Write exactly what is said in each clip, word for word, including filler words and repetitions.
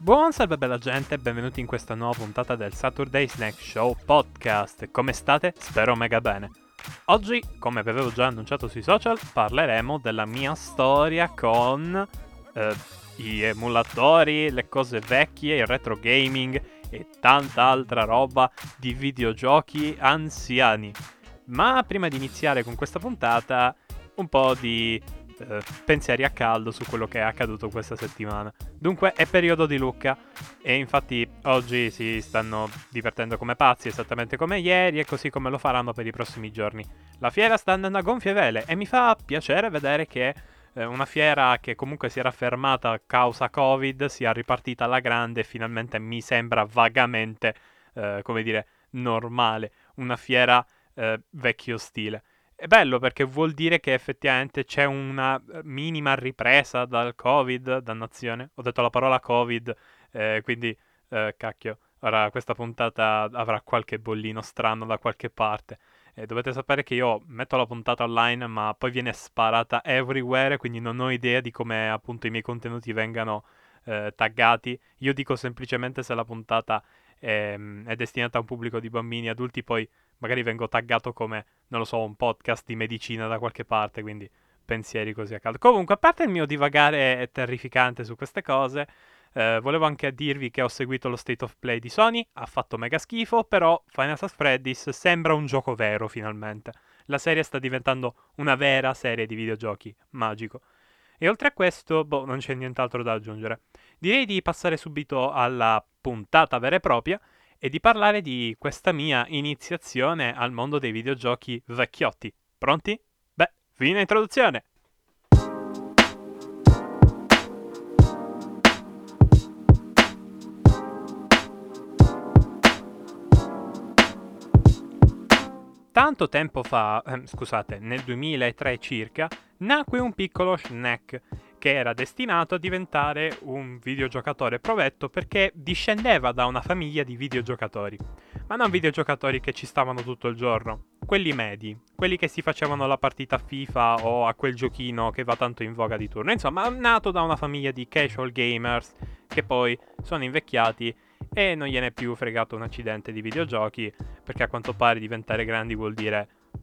Buon salve bella gente e benvenuti in questa nuova puntata del Saturday Snack Show Podcast. Come state? Spero mega bene. Oggi, come vi avevo già annunciato sui social, parleremo della mia storia con eh, gli emulatori, le cose vecchie, il retro gaming e tanta altra roba di videogiochi anziani. Ma prima di iniziare con questa puntata, un po' di eh, pensieri a caldo su quello che è accaduto questa settimana. Dunque è periodo di Lucca e infatti oggi si stanno divertendo come pazzi, esattamente come ieri, e così come lo faranno per i prossimi giorni. La fiera sta andando a gonfie vele e mi fa piacere vedere che eh, una fiera che comunque si era fermata a causa Covid sia ripartita alla grande e finalmente mi sembra vagamente, eh, come dire, normale. Una fiera eh, vecchio stile. È bello perché vuol dire che effettivamente c'è una minima ripresa dal Covid, dannazione. Ho detto la parola Covid, eh, quindi eh, cacchio. Ora questa puntata avrà qualche bollino strano da qualche parte. E dovete sapere che io metto la puntata online, ma poi viene sparata everywhere, quindi non ho idea di come appunto i miei contenuti vengano eh, taggati. Io dico semplicemente se la puntata è, è destinata a un pubblico di bambini e adulti, poi magari vengo taggato come, non lo so, un podcast di medicina da qualche parte, quindi pensieri così a caldo. Comunque, a parte il mio divagare terrificante su queste cose, eh, volevo anche dirvi che ho seguito lo State of Play di Sony, ha fatto mega schifo, però Final Fantasy Freddy's sembra un gioco vero finalmente. La serie sta diventando una vera serie di videogiochi, magico. E oltre a questo, boh, non c'è nient'altro da aggiungere. Direi di passare subito alla puntata vera e propria e di parlare di questa mia iniziazione al mondo dei videogiochi vecchiotti. Pronti? Beh, fine introduzione! Tanto tempo fa, ehm, scusate, nel duemilatré circa, nacque un piccolo Snack che era destinato a diventare un videogiocatore provetto perché discendeva da una famiglia di videogiocatori. Ma non videogiocatori che ci stavano tutto il giorno, quelli medi, quelli che si facevano la partita a FIFA o a quel giochino che va tanto in voga di turno. Insomma, nato da una famiglia di casual gamers che poi sono invecchiati e non gliene è più fregato un accidente di videogiochi, perché a quanto pare diventare grandi vuol dire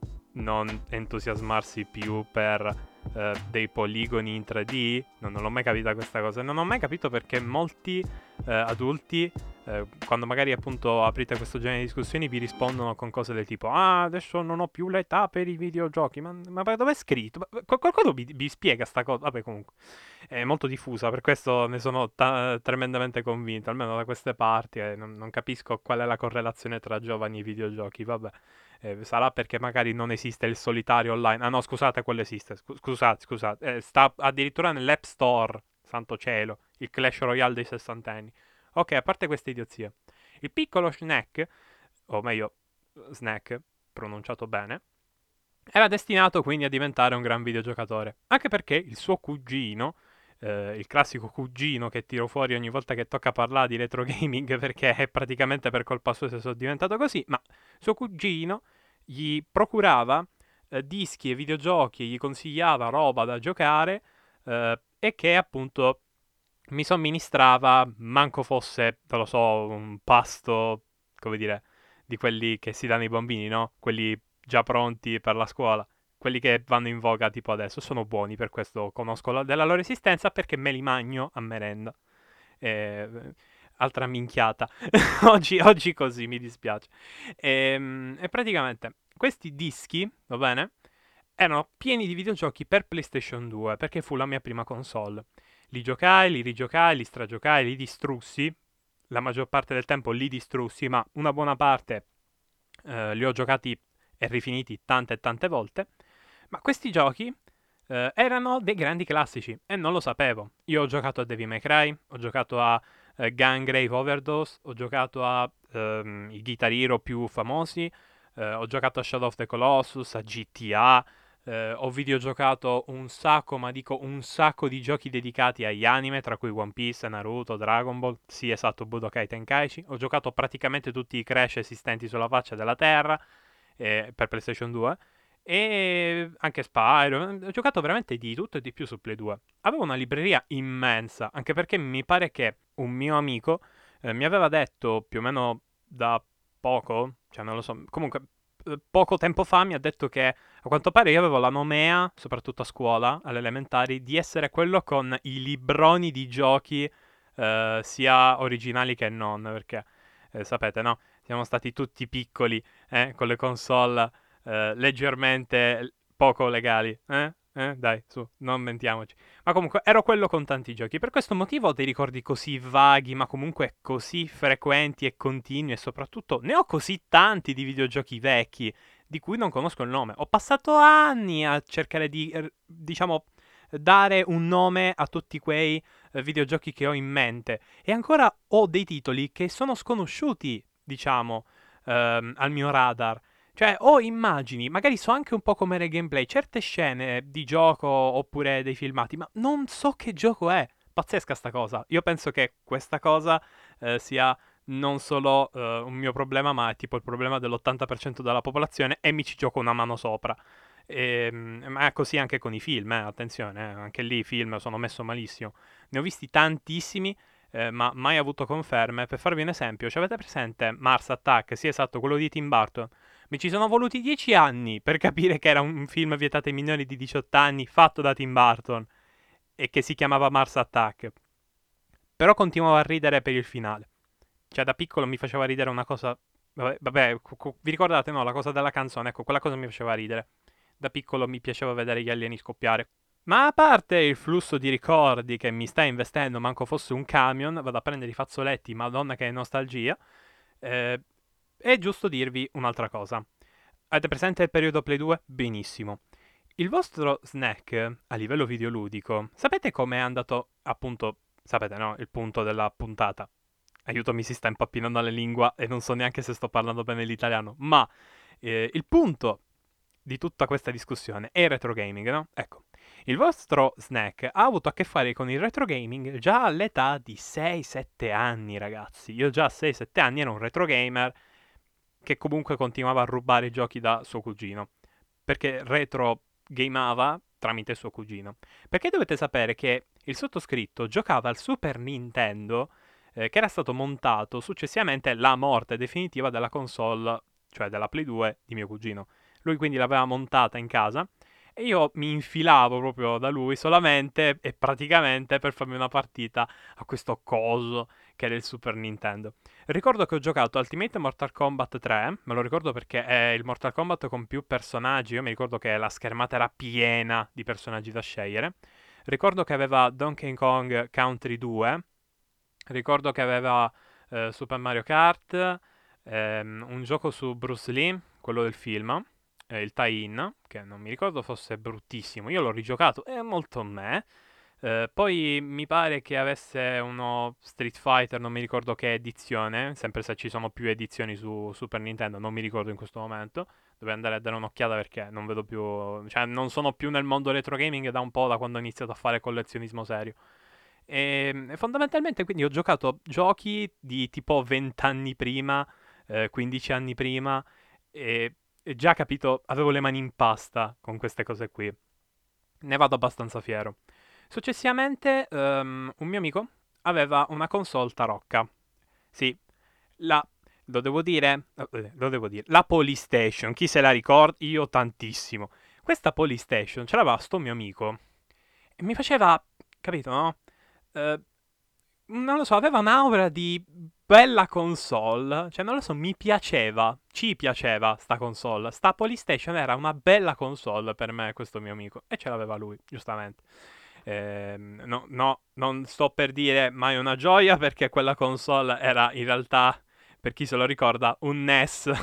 non entusiasmarsi più per eh, dei poligoni in tre D. No, non l'ho mai capita questa cosa. Non ho mai capito perché molti eh, adulti, eh, quando magari appunto aprite questo genere di discussioni, vi rispondono con cose del tipo: ah, adesso non ho più l'età per i videogiochi. Ma, ma dove è scritto? Ma, qualcuno vi, vi spiega sta cosa? Vabbè, comunque è molto diffusa, per questo ne sono ta- tremendamente convinto, almeno da queste parti. Eh, non, non capisco qual è la correlazione tra giovani e videogiochi. Vabbè. Eh, sarà perché magari non esiste il solitario online. Ah no, scusate, quello esiste. Scu- scusate, scusate. Eh, sta addirittura nell'App Store. Santo cielo. Il Clash Royale dei sessantenni. Ok, a parte queste idiozie. Il piccolo Snack, o meglio, Snack, pronunciato bene, era destinato quindi a diventare un gran videogiocatore. Anche perché il suo cugino, eh, il classico cugino che tiro fuori ogni volta che tocca parlare di retro gaming, perché è praticamente per colpa sua se sono diventato così, ma suo cugino gli procurava eh, dischi e videogiochi, gli consigliava roba da giocare eh, e che appunto mi somministrava, manco fosse, non lo so, un pasto, come dire, di quelli che si danno ai bambini, no? Quelli già pronti per la scuola. Quelli che vanno in voga tipo adesso sono buoni, per questo conosco la- della loro esistenza, perché me li magno a merenda. Eh, altra minchiata. oggi, oggi così, mi dispiace. Ehm, E, praticamente questi dischi, va bene, erano pieni di videogiochi per PlayStation due, perché fu la mia prima console. Li giocai, li rigiocai, li stragiocai, li distrussi. La maggior parte del tempo li distrussi, ma una buona parte eh, li ho giocati e rifiniti tante e tante volte. Ma questi giochi eh, erano dei grandi classici e non lo sapevo. Io ho giocato a Devil May Cry, ho giocato a eh, Gungrave Overdose, ho giocato a ehm, i Guitar Hero più famosi, eh, ho giocato a Shadow of the Colossus, a G T A, eh, ho videogiocato un sacco, ma dico un sacco di giochi dedicati agli anime, tra cui One Piece, Naruto, Dragon Ball, sì esatto, Budokai Tenkaichi. Ho giocato praticamente tutti i Crash esistenti sulla faccia della Terra eh, per PlayStation due E anche Spyro, ho giocato veramente di tutto e di più su Play due. Avevo una libreria immensa, anche perché mi pare che un mio amico eh, mi aveva detto più o meno da poco, cioè non lo so, comunque eh, poco tempo fa mi ha detto che a quanto pare io avevo la nomea, soprattutto a scuola, alle elementari, di essere quello con i libroni di giochi eh, sia originali che non, perché eh, sapete, no? Siamo stati tutti piccoli eh, con le console eh, leggermente poco legali. Eh? Eh? Dai, su, non mentiamoci. Ma comunque ero quello con tanti giochi. Per questo motivo ho dei ricordi così vaghi, ma comunque così frequenti e continui. E soprattutto ne ho così tanti di videogiochi vecchi di cui non conosco il nome. Ho passato anni a cercare di, eh, diciamo, dare un nome a tutti quei eh, videogiochi che ho in mente. E ancora ho dei titoli che sono sconosciuti, diciamo, ehm, al mio radar. Cioè, ho immagini, magari so anche un po' come le gameplay, certe scene di gioco oppure dei filmati, ma non so che gioco è. Pazzesca sta cosa. Io penso che questa cosa eh, sia non solo eh, un mio problema, ma è tipo il problema dell'ottanta per cento della popolazione e mi ci gioco una mano sopra. E, ma è così anche con i film, eh, attenzione, eh, anche lì i film sono messo malissimo. Ne ho visti tantissimi, eh, ma mai avuto conferme. Per farvi un esempio, ci avete presente Mars Attack? Sì, esatto, quello di Tim Burton. Mi ci sono voluti dieci anni per capire che era un film vietato ai minori di diciotto anni, fatto da Tim Burton, e che si chiamava Mars Attack. Però continuavo a ridere per il finale. Cioè, da piccolo mi faceva ridere una cosa... Vabbè, vabbè cu- cu- vi ricordate, no? La cosa della canzone, ecco, quella cosa mi faceva ridere. Da piccolo mi piaceva vedere gli alieni scoppiare. Ma a parte il flusso di ricordi che mi sta investendo, manco fosse un camion, vado a prendere i fazzoletti, madonna che nostalgia, eh, è giusto dirvi un'altra cosa. Avete presente il periodo Play due? Benissimo. Il vostro snack a livello videoludico, sapete com'è andato, appunto, sapete no, il punto della puntata? Aiuto, mi si sta impappinando la lingua e non so neanche se sto parlando bene l'italiano, ma eh, il punto di tutta questa discussione è il retro gaming, no? Ecco, il vostro snack ha avuto a che fare con il retro gaming già all'età di sei sette anni, ragazzi. Io già a sei sette anni ero un retro gamer che comunque continuava a rubare i giochi da suo cugino, perché retro gameava tramite suo cugino. Perché dovete sapere che il sottoscritto giocava al Super Nintendo, eh, che era stato montato successivamente alla morte definitiva della console, cioè della Play due di mio cugino. Lui quindi l'aveva montata in casa e io mi infilavo proprio da lui solamente e praticamente per farmi una partita a questo coso che era il Super Nintendo. Ricordo che ho giocato Ultimate Mortal Kombat tre, me lo ricordo perché è il Mortal Kombat con più personaggi, io mi ricordo che la schermata era piena di personaggi da scegliere. Ricordo che aveva Donkey Kong Country due, ricordo che aveva eh, Super Mario Kart, ehm, un gioco su Bruce Lee, quello del film, eh, il tie-in, che non mi ricordo fosse bruttissimo, io l'ho rigiocato, è molto me. Eh, poi mi pare che avesse uno Street Fighter, non mi ricordo che edizione, sempre se ci sono più edizioni su Super Nintendo, non mi ricordo in questo momento. Dovrei andare a dare un'occhiata perché non vedo più, cioè non sono più nel mondo retro gaming da un po' da quando ho iniziato a fare collezionismo serio. E, e fondamentalmente quindi ho giocato giochi di tipo venti anni prima, eh, quindici anni prima e, e già capito, avevo le mani in pasta con queste cose qui. Ne vado abbastanza fiero. Successivamente, ehm, un mio amico aveva una console tarocca. Sì, la... Lo devo dire? Eh, Lo devo dire. La Polystation, chi se la ricorda? Io tantissimo. Questa Polystation ce l'aveva sto mio amico. E mi faceva... Capito, no? Eh, non lo so, aveva un'aura di bella console. Cioè, non lo so, mi piaceva. Ci piaceva sta console. Sta Polystation era una bella console per me, questo mio amico. E ce l'aveva lui, giustamente. Ehm, no, no, non sto per dire mai una gioia perché quella console era in realtà, per chi se lo ricorda, un N E S.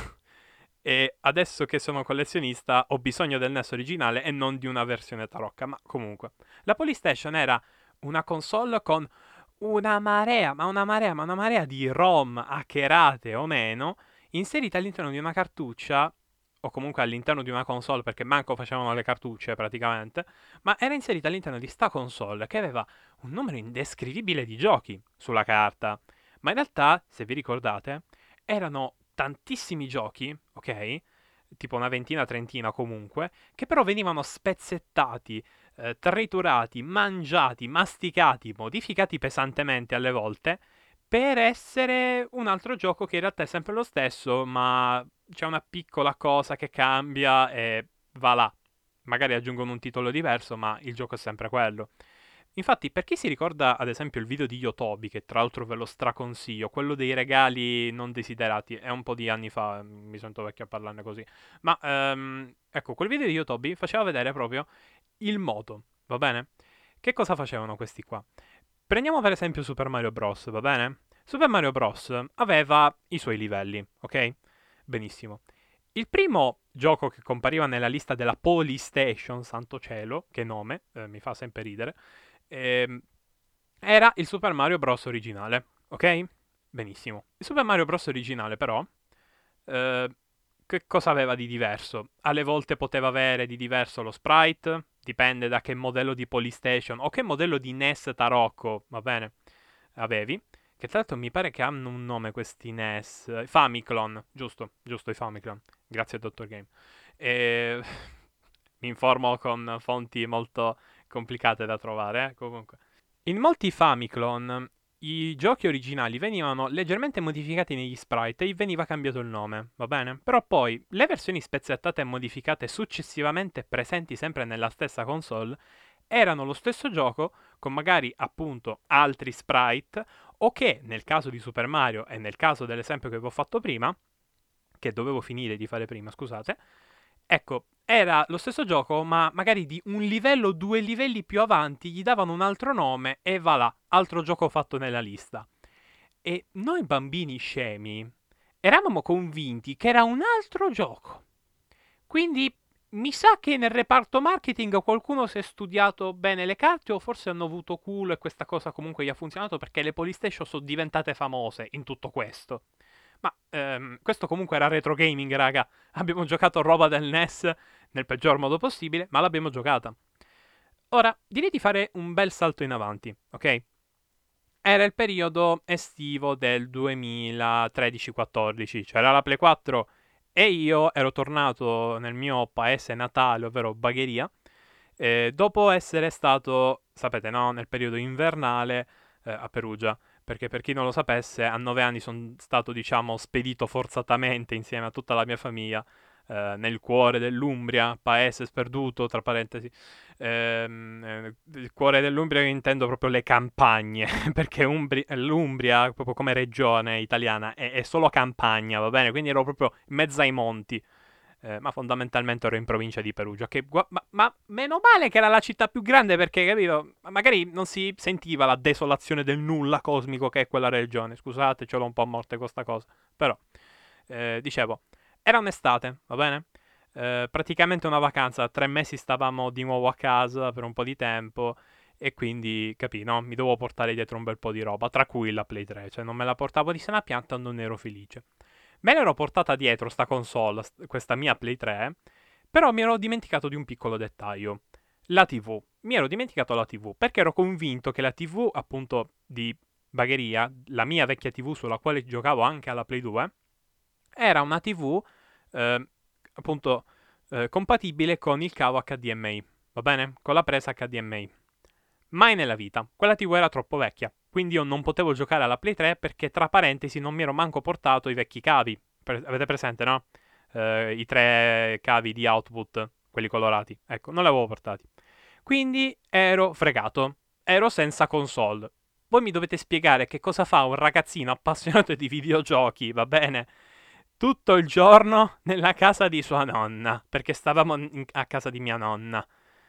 E adesso che sono collezionista ho bisogno del N E S originale e non di una versione tarocca. Ma comunque, la Polystation era una console con una marea, ma una marea, ma una marea di ROM hackerate o meno, inserite all'interno di una cartuccia, o comunque all'interno di una console, perché manco facevano le cartucce praticamente, ma era inserita all'interno di sta console che aveva un numero indescrivibile di giochi sulla carta. Ma in realtà, se vi ricordate, erano tantissimi giochi, ok? tipo una ventina, trentina comunque, che però venivano spezzettati, eh, triturati, mangiati, masticati, modificati pesantemente alle volte, per essere un altro gioco che in realtà è sempre lo stesso, ma c'è una piccola cosa che cambia e va là. Magari aggiungono un titolo diverso, ma il gioco è sempre quello. Infatti, per chi si ricorda ad esempio il video di Yotobi, che tra l'altro ve lo straconsiglio, quello dei regali non desiderati, è un po' di anni fa, mi sento vecchio a parlarne così, ma ehm, ecco, quel video di Yotobi faceva vedere proprio il modo, va bene? Che cosa facevano questi qua? Prendiamo per esempio Super Mario Bros., va bene? Super Mario Bros. Aveva i suoi livelli, ok? Benissimo. Il primo gioco che compariva nella lista della Polystation, santo cielo, che nome, eh, mi fa sempre ridere, ehm, era il Super Mario Bros. Originale, ok? Benissimo. Il Super Mario Bros. Originale, però, eh, che cosa aveva di diverso? Alle volte poteva avere di diverso lo sprite, dipende da che modello di Polystation o che modello di N E S Tarocco, va bene, avevi. Che tra l'altro mi pare che hanno un nome questi N E S. Famiclone, giusto, giusto, i Famiclone. Grazie, Dottor Game. E... mi informo con fonti molto complicate da trovare, eh? Comunque. In molti Famiclone i giochi originali venivano leggermente modificati negli sprite e veniva cambiato il nome, va bene? Però poi le versioni spezzettate e modificate successivamente presenti sempre nella stessa console erano lo stesso gioco con magari appunto altri sprite o che nel caso di Super Mario e nel caso dell'esempio che vi ho fatto prima, che dovevo finire di fare prima, scusate, ecco, era lo stesso gioco, ma magari di un livello, due livelli più avanti, gli davano un altro nome e va là, altro gioco fatto nella lista. E noi bambini scemi eravamo convinti che era un altro gioco. Quindi mi sa che nel reparto marketing qualcuno si è studiato bene le carte o forse hanno avuto culo e questa cosa comunque gli ha funzionato perché le Polystation sono diventate famose in tutto questo. Ma ehm, questo comunque era retro gaming, raga. Abbiamo giocato roba del N E S nel peggior modo possibile, ma l'abbiamo giocata. Ora, direi di fare un bel salto in avanti, ok? Era il periodo estivo del duemilatredici quattordici, c'era la Play quattro e io ero tornato nel mio paese natale, ovvero Bagheria, eh, dopo essere stato, sapete no, nel periodo invernale eh, a Perugia, perché per chi non lo sapesse, a nove anni sono stato, diciamo, spedito forzatamente insieme a tutta la mia famiglia eh, nel cuore dell'Umbria, paese sperduto, tra parentesi. Ehm, eh, il cuore dell'Umbria intendo proprio le campagne, perché Umbri- l'Umbria, proprio come regione italiana, è, è solo campagna, va bene? Quindi ero proprio in mezzo ai monti. Eh, ma fondamentalmente ero in provincia di Perugia. Che, gua- ma, ma meno male che era la città più grande perché, capito? Magari non si sentiva la desolazione del nulla cosmico che è quella regione. Scusate, ce l'ho un po' a morte questa cosa. Però, eh, dicevo, era un'estate, va bene? Eh, praticamente una vacanza, tre mesi stavamo di nuovo a casa per un po' di tempo e quindi, capì, no? Mi dovevo portare dietro un bel po' di roba, tra cui la Play tre, cioè non me la portavo di sana pianta, non ero felice. Me l'ero portata dietro sta console, st- questa mia Play tre, però mi ero dimenticato di un piccolo dettaglio. La T V. Mi ero dimenticato la T V perché ero convinto che la T V, appunto, di Bagheria, la mia vecchia T V sulla quale giocavo anche alla Play due, era una T V, eh, appunto, eh, compatibile con il cavo H D M I, va bene? Con la presa H D M I. Mai nella vita. Quella T V era troppo vecchia. Quindi io non potevo giocare alla Play tre perché, tra parentesi, non mi ero manco portato i vecchi cavi. Per- avete presente, no? Eh, I tre cavi di output, quelli colorati. Ecco, non li avevo portati. Quindi ero fregato. Ero senza console. Voi mi dovete spiegare che cosa fa un ragazzino appassionato di videogiochi, va bene? Tutto il giorno nella casa di sua nonna. Perché stavamo in- a casa di mia nonna.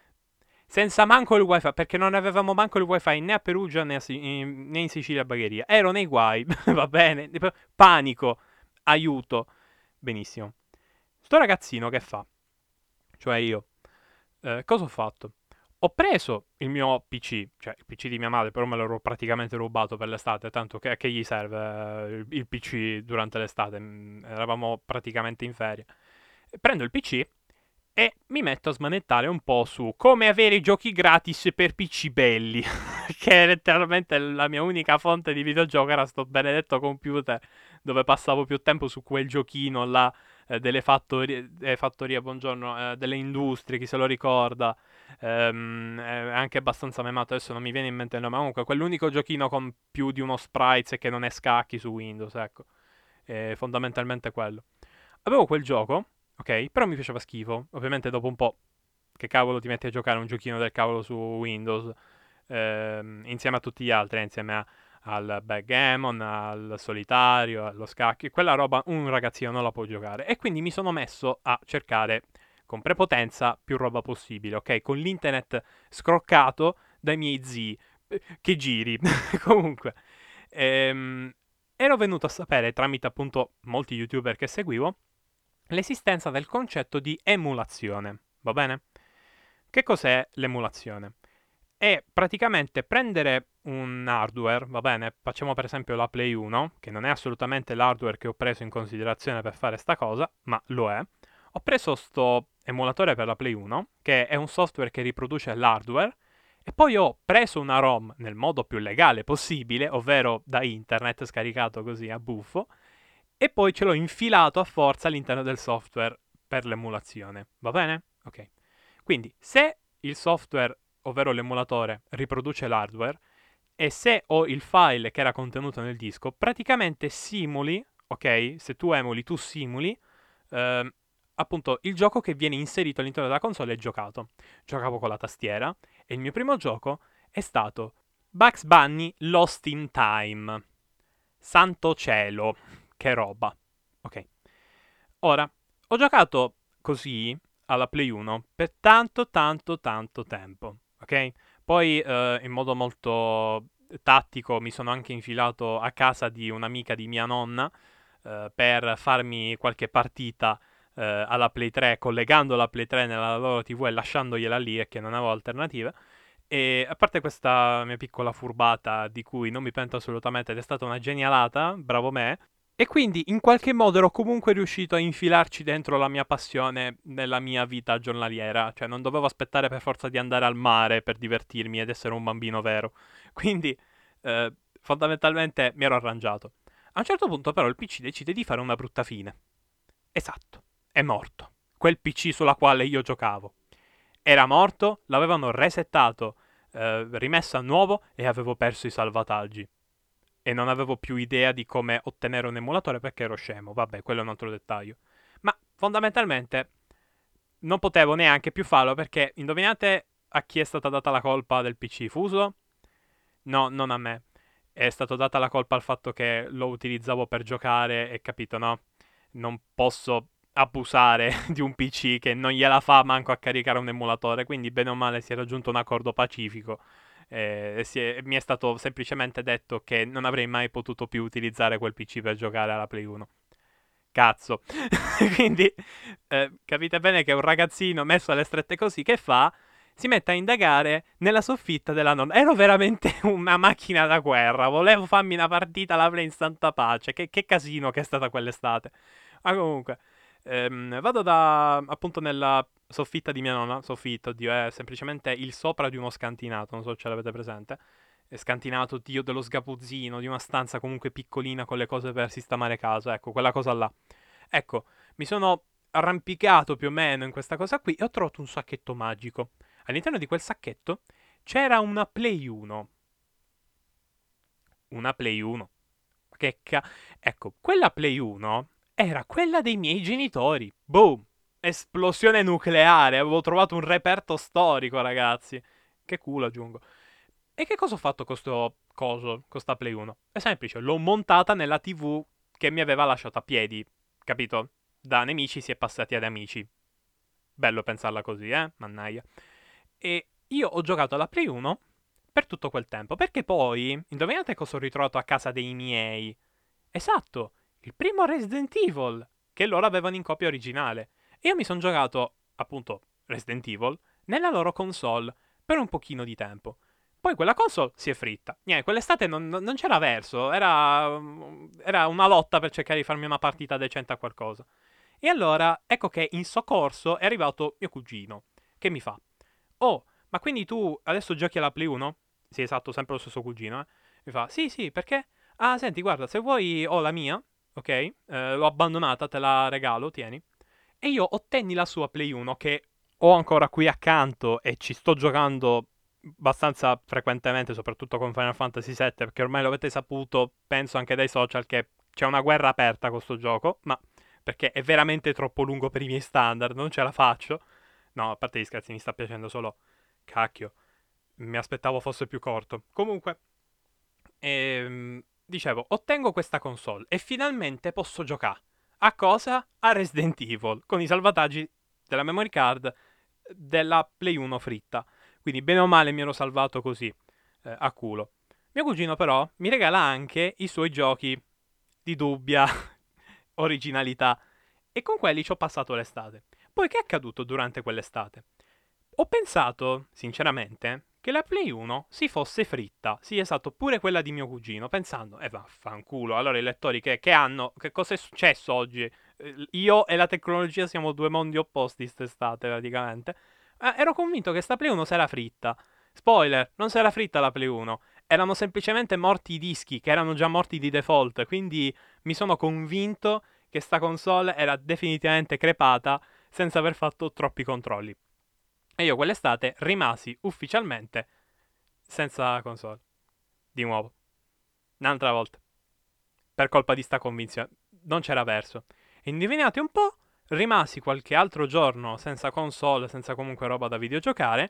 Senza manco il wifi, perché non avevamo manco il wifi né a Perugia né, a Si- in- né in Sicilia a Bagheria. Ero nei guai, va bene. Panico, aiuto. Benissimo. Sto ragazzino che fa? Cioè io. Eh, cosa ho fatto? Ho preso il mio P C, cioè il P C di mia madre, però me l'ero praticamente rubato per l'estate, tanto che, che gli serve eh, il, il P C durante l'estate? Mm, Eravamo praticamente in ferie. Prendo il P C e mi metto a smanettare un po' su come avere i giochi gratis per P C belli, che è letteralmente la mia unica fonte di videogioco era sto benedetto computer dove passavo più tempo su quel giochino là eh, delle fattorie, eh, fattorie, buongiorno, eh, delle industrie, chi se lo ricorda. Ehm, è anche abbastanza memato, adesso non mi viene in mente il nome. Comunque, quell'unico giochino con più di uno sprite e che non è scacchi su Windows, ecco. È fondamentalmente quello. Avevo quel gioco, ok? Però mi faceva schifo. Ovviamente dopo un po', che cavolo ti metti a giocare un giochino del cavolo su Windows, ehm, insieme a tutti gli altri, eh, insieme a, al backgammon, al solitario, allo scacchi. Quella roba un ragazzino non la può giocare. E quindi mi sono messo a cercare con prepotenza più roba possibile, ok? Con l'internet scroccato dai miei zii. Eh, Che giri. Comunque, ehm, ero venuto a sapere tramite appunto molti youtuber che seguivo l'esistenza del concetto di emulazione. Va bene? Che cos'è l'emulazione? È praticamente prendere un hardware, va bene? Facciamo per esempio la Play uno, che non è assolutamente l'hardware che ho preso in considerazione per fare sta cosa, ma lo è. Ho preso sto emulatore per la Play uno, che è un software che riproduce l'hardware, e poi ho preso una ROM nel modo più legale possibile, ovvero da internet, scaricato così a buffo, e poi ce l'ho infilato a forza all'interno del software per l'emulazione. Va bene? Ok. Quindi, se il software, ovvero l'emulatore, riproduce l'hardware, e se ho il file che era contenuto nel disco, praticamente simuli, ok? Se tu emuli, tu simuli, ehm, appunto, il gioco che viene inserito all'interno della console è giocato. Giocavo con la tastiera e il mio primo gioco è stato Bugs Bunny Lost in Time. Santo cielo, che roba. Ok. Ora, ho giocato così alla Play uno per tanto, tanto, tanto tempo, ok? Poi, eh, in modo molto tattico, mi sono anche infilato a casa di un'amica di mia nonna, eh, per farmi qualche partita, eh, alla Play tre, collegando la Play tre nella loro T V e lasciandogliela lì e che non avevo alternative. E a parte questa mia piccola furbata di cui non mi pento assolutamente ed è stata una genialata, bravo me, e quindi in qualche modo ero comunque riuscito a infilarci dentro la mia passione nella mia vita giornaliera, cioè non dovevo aspettare per forza di andare al mare per divertirmi ed essere un bambino vero. Quindi, eh, fondamentalmente mi ero arrangiato. A un certo punto però il P C decide di fare una brutta fine. Esatto, è morto. Quel P C sulla quale io giocavo. Era morto, l'avevano resettato, eh, rimesso a nuovo e avevo perso i salvataggi. E non avevo più idea di come ottenere un emulatore perché ero scemo. Vabbè, quello è un altro dettaglio. Ma fondamentalmente non potevo neanche più farlo perché indovinate a chi è stata data la colpa del P C fuso? No, non a me. È stata data la colpa al fatto che lo utilizzavo per giocare e capito, no? Non posso abusare di un P C che non gliela fa manco a caricare un emulatore, quindi bene o male si è raggiunto un accordo pacifico. Eh, si è- mi è stato semplicemente detto che non avrei mai potuto più utilizzare quel P C per giocare alla Play uno. Cazzo. Quindi, eh, capite bene che un ragazzino messo alle strette così che fa? Si mette a indagare nella soffitta della nonna. Ero veramente una macchina da guerra. Volevo farmi una partita alla Play in santa pace. Che, che casino che è stata quell'estate. Ma comunque, ehm, vado da appunto nella soffitta di mia nonna. Soffitta, oddio, è semplicemente il sopra di uno scantinato. Non so se ce l'avete presente. È scantinato, Dio, dello sgabuzzino, di una stanza comunque piccolina con le cose per sistemare casa. Ecco, quella cosa là. Ecco, mi sono arrampicato più o meno in questa cosa qui e ho trovato un sacchetto magico. All'interno di quel sacchetto c'era una Play uno. Una Play uno. Che ca... Ecco, quella Play uno era quella dei miei genitori. Boom! Esplosione nucleare. Avevo trovato un reperto storico, ragazzi. Che culo, aggiungo. E che cosa ho fatto con sto coso, con sta Play uno? È semplice, l'ho montata nella T V che mi aveva lasciato a piedi, capito? Da nemici si è passati ad amici. Bello pensarla così, eh? Mannaia. E io ho giocato alla Play uno per tutto quel tempo, perché poi, indovinate cosa ho ritrovato a casa dei miei? Esatto, il primo Resident Evil, che loro avevano in copia originale. E io mi sono giocato, appunto, Resident Evil, nella loro console, per un pochino di tempo. Poi quella console si è fritta. Niente, quell'estate non, non- non c'era verso, era, era una lotta per cercare di farmi una partita decente a qualcosa. E allora, ecco che in soccorso è arrivato mio cugino, che mi fa: "Oh, ma quindi tu adesso giochi alla Play uno?" Sì, esatto, sempre lo stesso cugino, eh. Mi fa: "Sì, sì, perché? Ah, senti, guarda, se vuoi ho la mia, ok? Eh, l'ho abbandonata, te la regalo, tieni. E io ottenni la sua Play uno che ho ancora qui accanto e ci sto giocando abbastanza frequentemente, soprattutto con Final Fantasy sette, perché ormai lo avete saputo, penso anche dai social, che c'è una guerra aperta con questo gioco, ma perché è veramente troppo lungo per i miei standard, non ce la faccio. No, a parte gli scherzi, mi sta piacendo solo. Cacchio, mi aspettavo fosse più corto. Comunque, ehm, dicevo, ottengo questa console e finalmente posso giocare. A cosa? A Resident Evil, con i salvataggi della memory card della Play uno fritta. Quindi bene o male mi ero salvato così, eh, a culo. Mio cugino però mi regala anche i suoi giochi di dubbia originalità e con quelli ci ho passato l'estate. Poi che è accaduto durante quell'estate? Ho pensato, sinceramente, che la Play uno si fosse fritta. Sì, esatto, pure quella di mio cugino, pensando, eh vaffanculo, allora i lettori che, che hanno, che cosa è successo oggi? Eh, Io e la tecnologia siamo due mondi opposti quest'estate, praticamente. Eh, ero convinto che sta Play uno si era fritta. Spoiler, non si era fritta la Play uno. Erano semplicemente morti i dischi, che erano già morti di default, quindi mi sono convinto che sta console era definitivamente crepata senza aver fatto troppi controlli. E io quell'estate rimasi ufficialmente senza console. Di nuovo. Un'altra volta. Per colpa di sta convinzione. Non c'era verso. E indovinate un po', rimasi qualche altro giorno senza console, senza comunque roba da videogiocare.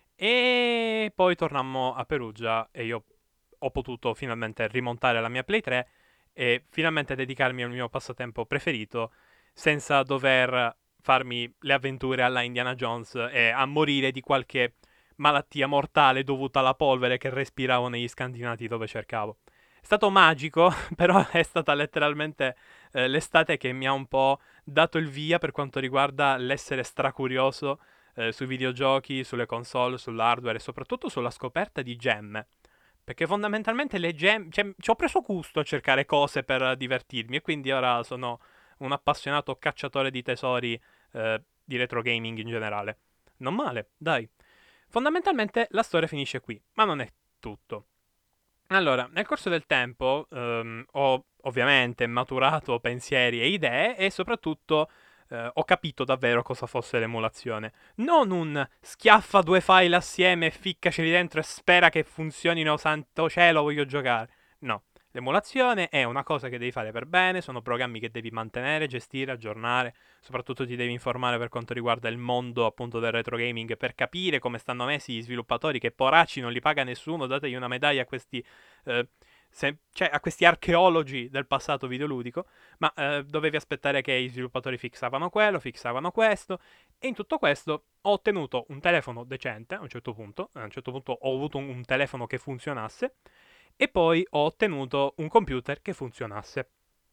E poi tornammo a Perugia e io ho potuto finalmente rimontare la mia Play tre e finalmente dedicarmi al mio passatempo preferito senza dover farmi le avventure alla Indiana Jones e a morire di qualche malattia mortale dovuta alla polvere che respiravo negli scantinati dove cercavo. È stato magico, però è stata letteralmente eh, l'estate che mi ha un po' dato il via per quanto riguarda l'essere stracurioso eh, sui videogiochi, sulle console, sull'hardware e soprattutto sulla scoperta di gemme. Perché fondamentalmente le gemme. Cioè, ci ho preso gusto a cercare cose per divertirmi e quindi ora sono un appassionato cacciatore di tesori eh, di retro gaming in generale. Non male, dai. Fondamentalmente la storia finisce qui, ma non è tutto. Allora, nel corso del tempo ehm, ho ovviamente maturato pensieri e idee e soprattutto eh, ho capito davvero cosa fosse l'emulazione. Non un schiaffa due file assieme, ficcaceli dentro e spera che funzionino, santo cielo, voglio giocare. No, l'emulazione è una cosa che devi fare per bene, sono programmi che devi mantenere, gestire, aggiornare, soprattutto ti devi informare per quanto riguarda il mondo appunto del retro gaming per capire come stanno messi gli sviluppatori, che poracci non li paga nessuno, dategli una medaglia a questi eh, se- cioè a questi archeologi del passato videoludico, ma eh, dovevi aspettare che i sviluppatori fissavano quello, fissavano questo, e in tutto questo ho ottenuto un telefono decente a un certo punto, a un certo punto ho avuto un, un telefono che funzionasse, e poi ho ottenuto un computer che funzionasse.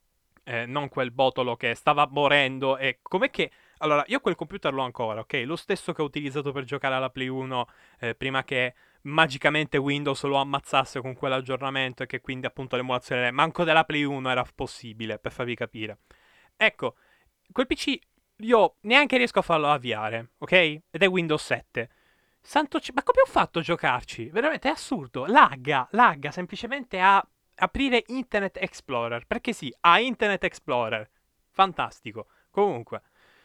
Eh, non quel botolo che stava morendo e come che. Allora, io quel computer l'ho ancora, ok? Lo stesso che ho utilizzato per giocare alla Play uno eh, prima che magicamente Windows lo ammazzasse con quell'aggiornamento e che quindi appunto l'emulazione manco della Play uno era possibile, per farvi capire. Ecco, quel P C io neanche riesco a farlo avviare, ok? Ed è Windows sette. Santo c- ma come ho fatto a giocarci? Veramente è assurdo. Lagga, lagga semplicemente a aprire Internet Explorer. Perché sì, ha Internet Explorer. Fantastico. Comunque,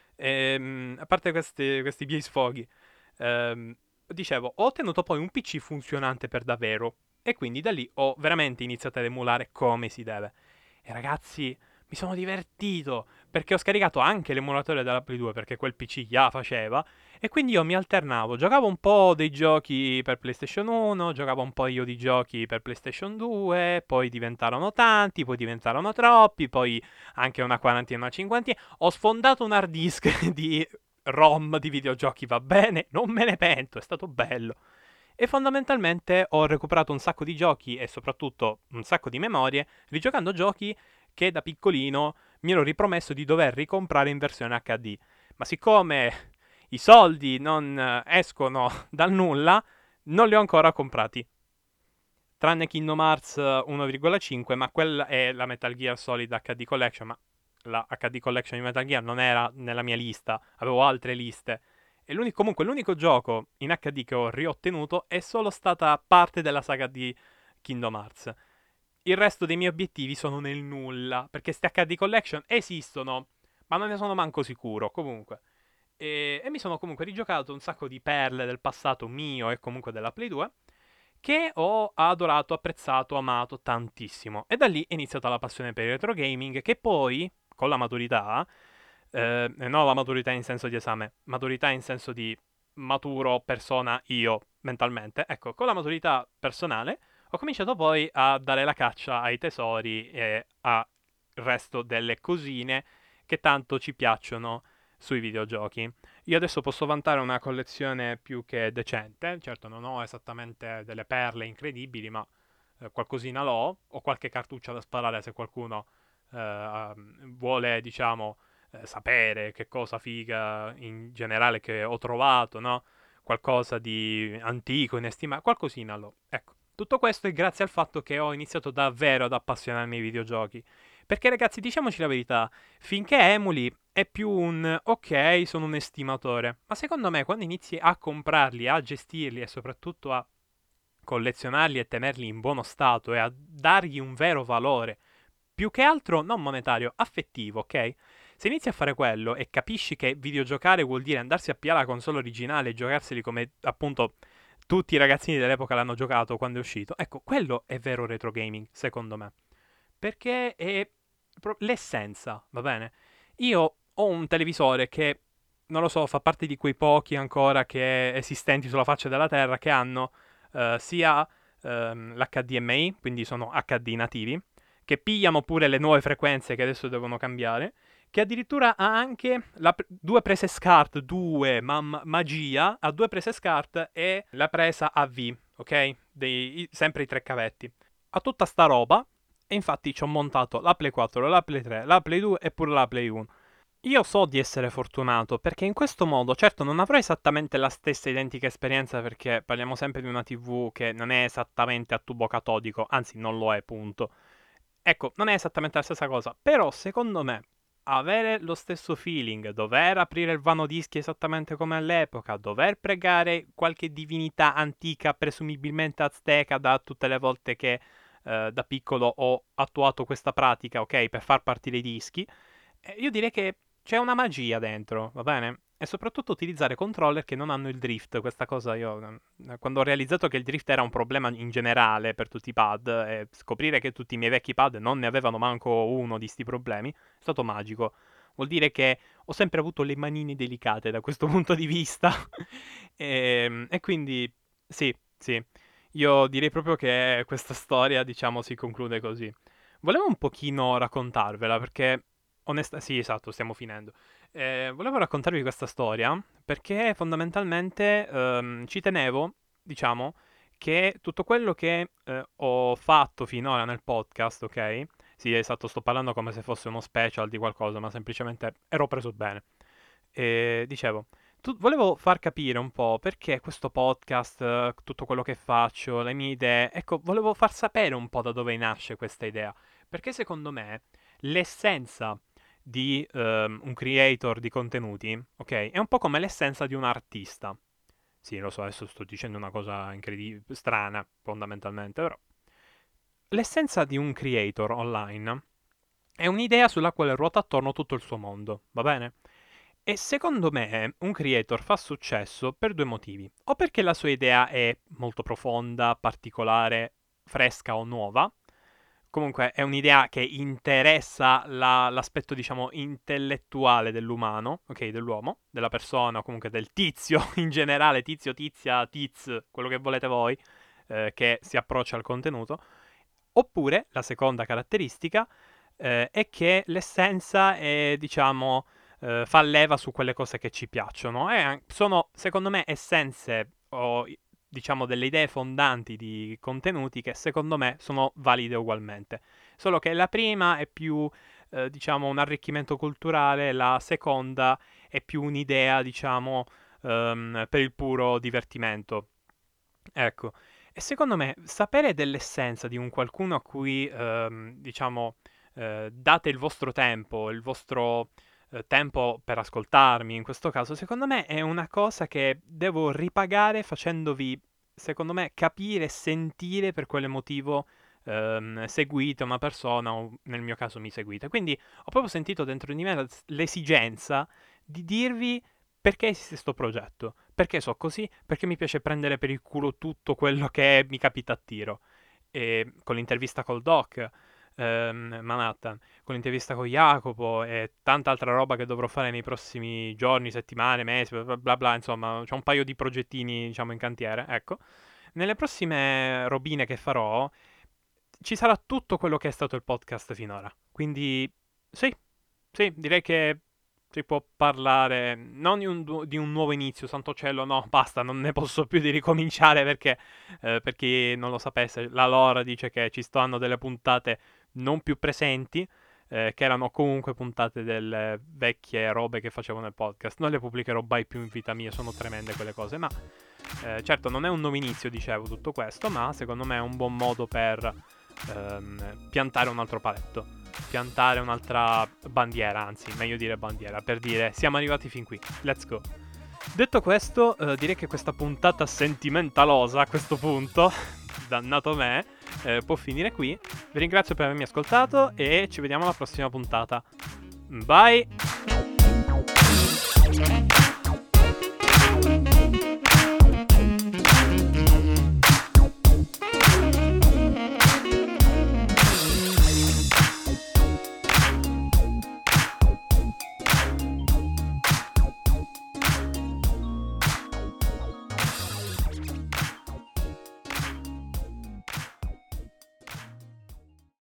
ehm, a parte questi, questi miei sfoghi, ehm, dicevo, ho ottenuto poi un P C funzionante per davvero. E quindi da lì ho veramente iniziato ad emulare come si deve. E ragazzi, mi sono divertito perché ho scaricato anche l'emulatore della Play due perché quel P C già faceva. E quindi io mi alternavo, giocavo un po' dei giochi per PlayStation uno, giocavo un po' io di giochi per PlayStation due, poi diventarono tanti, poi diventarono troppi, poi anche una quarantina, una cinquantina. Ho sfondato un hard disk di ROM di videogiochi, va bene, non me ne pento, è stato bello. E fondamentalmente ho recuperato un sacco di giochi e soprattutto un sacco di memorie, rigiocando giochi che da piccolino mi ero ripromesso di dover ricomprare in versione H D. Ma siccome i soldi non eh, escono dal nulla, non li ho ancora comprati. Tranne Kingdom Hearts uno virgola cinque, ma quella è la Metal Gear Solid H D Collection, ma la H D Collection di Metal Gear non era nella mia lista, avevo altre liste. E l'unico, comunque l'unico gioco in H D che ho riottenuto è solo stata parte della saga di Kingdom Hearts. il resto dei miei obiettivi sono nel nulla, perché ste H D Collection esistono, ma non ne sono manco sicuro, comunque. E, e mi sono comunque rigiocato un sacco di perle del passato mio e comunque della Play due, che ho adorato, apprezzato, amato tantissimo. E da lì è iniziata la passione per il retro gaming, che poi, con la maturità, eh, non la maturità in senso di esame, maturità in senso di maturo persona io mentalmente, ecco, con la maturità personale ho cominciato poi a dare la caccia ai tesori e al resto delle cosine che tanto ci piacciono sui videogiochi. Io adesso posso vantare una collezione più che decente, certo non ho esattamente delle perle incredibili, ma eh, qualcosina l'ho, ho qualche cartuccia da sparare se qualcuno eh, vuole, diciamo, eh, sapere che cosa figa in generale che ho trovato, no? Qualcosa di antico, inestimato, qualcosina l'ho. Ecco, tutto questo è grazie al fatto che ho iniziato davvero ad appassionarmi ai videogiochi. Perché ragazzi, diciamoci la verità, finché emuli è più un ok, sono un estimatore, ma secondo me quando inizi a comprarli, a gestirli e soprattutto a collezionarli e tenerli in buono stato e a dargli un vero valore, più che altro non monetario, affettivo, ok? Se inizi a fare quello e capisci che videogiocare vuol dire andarsi a piare la console originale e giocarseli come appunto tutti i ragazzini dell'epoca l'hanno giocato quando è uscito, ecco, quello è vero retro gaming, secondo me. Perché è pro- l'essenza, va bene? Io ho un televisore che, non lo so, fa parte di quei pochi ancora che esistenti sulla faccia della Terra che hanno eh, sia ehm, l'H D M I, quindi sono H D nativi, che pigliano pure le nuove frequenze che adesso devono cambiare, che addirittura ha anche la pre- due prese SCART, due, ma magia, ha due prese SCART e la presa A V, ok? Dei, i- sempre i tre cavetti. Ha tutta sta roba e infatti ci ho montato la Play quattro, la Play tre, la Play due e pure la Play uno. Io so di essere fortunato perché in questo modo, certo, non avrò esattamente la stessa identica esperienza perché parliamo sempre di una T V che non è esattamente a tubo catodico, anzi non lo è, punto. Ecco, non è esattamente la stessa cosa, però secondo me avere lo stesso feeling, dover aprire il vano dischi esattamente come all'epoca, dover pregare qualche divinità antica, presumibilmente azteca, da tutte le volte che eh, da piccolo ho attuato questa pratica, ok, per far partire i dischi, eh, io direi che c'è una magia dentro, va bene? E soprattutto utilizzare controller che non hanno il drift. Questa cosa io, eh, quando ho realizzato che il drift era un problema in generale per tutti i pad, e scoprire che tutti i miei vecchi pad non ne avevano manco uno di sti problemi, è stato magico. Vuol dire che ho sempre avuto le manine delicate da questo punto di vista. e, e quindi, sì, sì. Io direi proprio che questa storia, diciamo, si conclude così. Volevo un pochino raccontarvela perché, onesta- sì, esatto, stiamo finendo. Eh, volevo raccontarvi questa storia perché fondamentalmente ehm, ci tenevo, diciamo, che tutto quello che eh, ho fatto finora nel podcast, ok? Sì, esatto, sto parlando come se fosse uno special di qualcosa, ma semplicemente ero preso bene. E dicevo, tu- volevo far capire un po' perché questo podcast, eh, tutto quello che faccio, le mie idee, ecco, volevo far sapere un po' da dove nasce questa idea, perché secondo me l'essenza di ehm, un creator di contenuti, ok, è un po' come l'essenza di un artista. Sì, lo so, adesso sto dicendo una cosa incredibile, strana, fondamentalmente, però l'essenza di un creator online è un'idea sulla quale ruota attorno tutto il suo mondo, va bene? E secondo me un creator fa successo per due motivi. O perché la sua idea è molto profonda, particolare, fresca o nuova. Comunque è un'idea che interessa la- l'aspetto, diciamo, intellettuale dell'umano, ok, dell'uomo, della persona, o comunque del tizio in generale, tizio, tizia, tiz, quello che volete voi, eh, che si approccia al contenuto. Oppure la seconda caratteristica eh, è che l'essenza è, diciamo, eh, fa leva su quelle cose che ci piacciono. E an- sono, secondo me, essenze o, i- diciamo, delle idee fondanti di contenuti che, secondo me, sono valide ugualmente. Solo che la prima è più, eh, diciamo, un arricchimento culturale, la seconda è più un'idea, diciamo, ehm, per il puro divertimento. Ecco, e secondo me sapere dell'essenza di un qualcuno a cui, ehm, diciamo, eh, date il vostro tempo, il vostro eh, tempo per ascoltarmi, in questo caso, secondo me è una cosa che devo ripagare facendovi, secondo me, capire e sentire per quale motivo ehm, seguite una persona o nel mio caso mi seguite. Quindi ho proprio sentito dentro di me l'esigenza di dirvi perché esiste questo progetto, perché so così, perché mi piace prendere per il culo tutto quello che mi capita a tiro. E con l'intervista col Doc, ehm, Manhattan, con l'intervista con Jacopo e tanta altra roba che dovrò fare nei prossimi giorni, settimane, mesi, bla bla bla, insomma, c'è un paio di progettini, diciamo, in cantiere, ecco. Nelle prossime robine che farò ci sarà tutto quello che è stato il podcast finora. Quindi sì, sì, direi che si può parlare non di un, du- di un nuovo inizio, santo cielo, no, basta, non ne posso più di ricominciare perché, eh, per chi non lo sapesse, la lore dice che ci stanno delle puntate non più presenti, eh, che erano comunque puntate delle vecchie robe che facevo nel podcast. Non le pubblicherò mai più in vita mia, sono tremende quelle cose, ma eh, certo non è un nuovo inizio, dicevo, tutto questo, ma secondo me è un buon modo per ehm, piantare un altro paletto, piantare un'altra bandiera, anzi, meglio dire bandiera, per dire siamo arrivati fin qui, let's go. Detto questo, eh, direi che questa puntata sentimentalosa a questo punto, dannato me, eh, può finire qui. Vi ringrazio per avermi ascoltato e ci vediamo alla prossima puntata. Bye!